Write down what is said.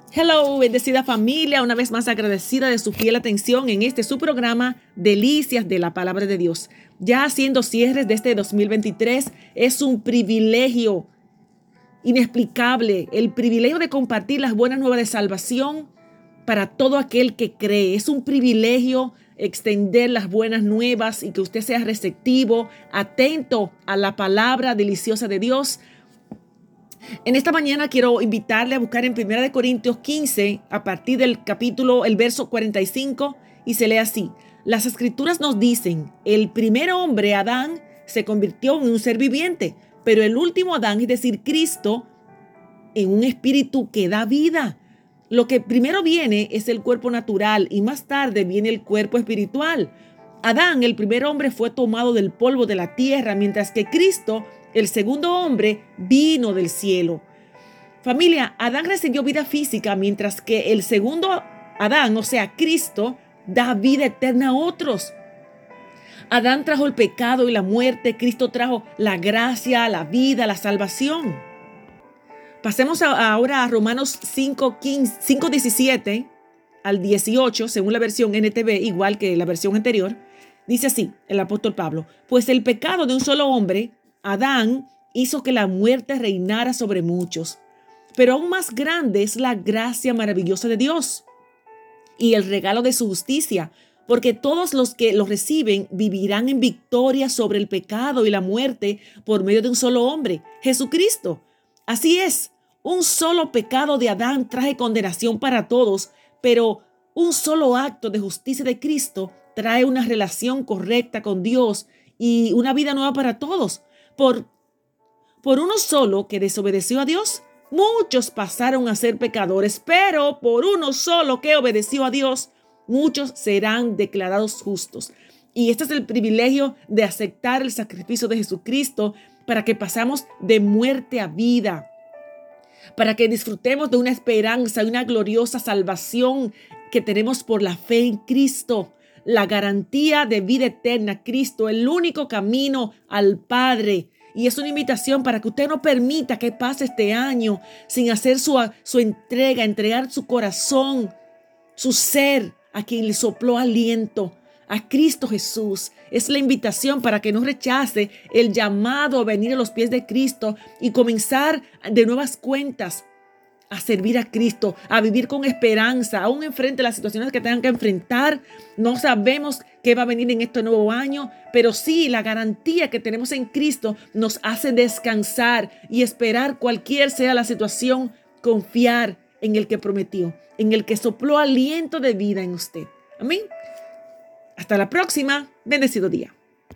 Hello, bendecida familia, una vez más agradecida de su fiel atención en su programa Delicias de la Palabra de Dios. Ya haciendo cierres de este 2023, es un privilegio inexplicable, el privilegio de compartir las buenas nuevas de salvación para todo aquel que cree. Es un privilegio extender las buenas nuevas y que usted sea receptivo, atento a la palabra deliciosa de Dios. En esta mañana quiero invitarle a buscar en 1 Corintios 15, a partir del capítulo, el verso 45, y se lee así. Las Escrituras nos dicen, el primer hombre, Adán, se convirtió en un ser viviente, pero el último Adán, es decir, Cristo, en un espíritu que da vida. Lo que primero viene es el cuerpo natural y más tarde viene el cuerpo espiritual. Adán, el primer hombre, fue tomado del polvo de la tierra, mientras que Cristo, el segundo hombre, vino del cielo. Familia, Adán recibió vida física, mientras que el segundo Adán, o sea, Cristo, da vida eterna a otros. Adán trajo el pecado y la muerte, Cristo trajo la gracia, la vida, la salvación. Pasemos ahora a Romanos 5:17 al 18, según la versión NTV, igual que la versión anterior. Dice así el apóstol Pablo: pues el pecado de un solo hombre, Adán, hizo que la muerte reinara sobre muchos. Pero aún más grande es la gracia maravillosa de Dios y el regalo de su justicia, porque todos los que lo reciben vivirán en victoria sobre el pecado y la muerte por medio de un solo hombre, Jesucristo. Así es, un solo pecado de Adán trae condenación para todos, pero un solo acto de justicia de Cristo trae una relación correcta con Dios y una vida nueva para todos. Por uno solo que desobedeció a Dios, muchos pasaron a ser pecadores, pero por uno solo que obedeció a Dios, muchos serán declarados justos. Y este es el privilegio de aceptar el sacrificio de Jesucristo para que pasamos de muerte a vida, para que disfrutemos de una esperanza, una gloriosa salvación que tenemos por la fe en Cristo. La garantía de vida eterna, Cristo, el único camino al Padre. Y es una invitación para que usted no permita que pase este año sin hacer su entrega, entregar su corazón, su ser a quien le sopló aliento, a Cristo Jesús. Es la invitación para que no rechace el llamado a venir a los pies de Cristo y comenzar de nuevas cuentas a servir a Cristo, a vivir con esperanza, aún enfrente de las situaciones que tengan que enfrentar. No sabemos qué va a venir en este nuevo año, pero sí, la garantía que tenemos en Cristo nos hace descansar y esperar cualquier sea la situación, confiar en el que prometió, en el que sopló aliento de vida en usted. Amén. Hasta la próxima. Bendecido día.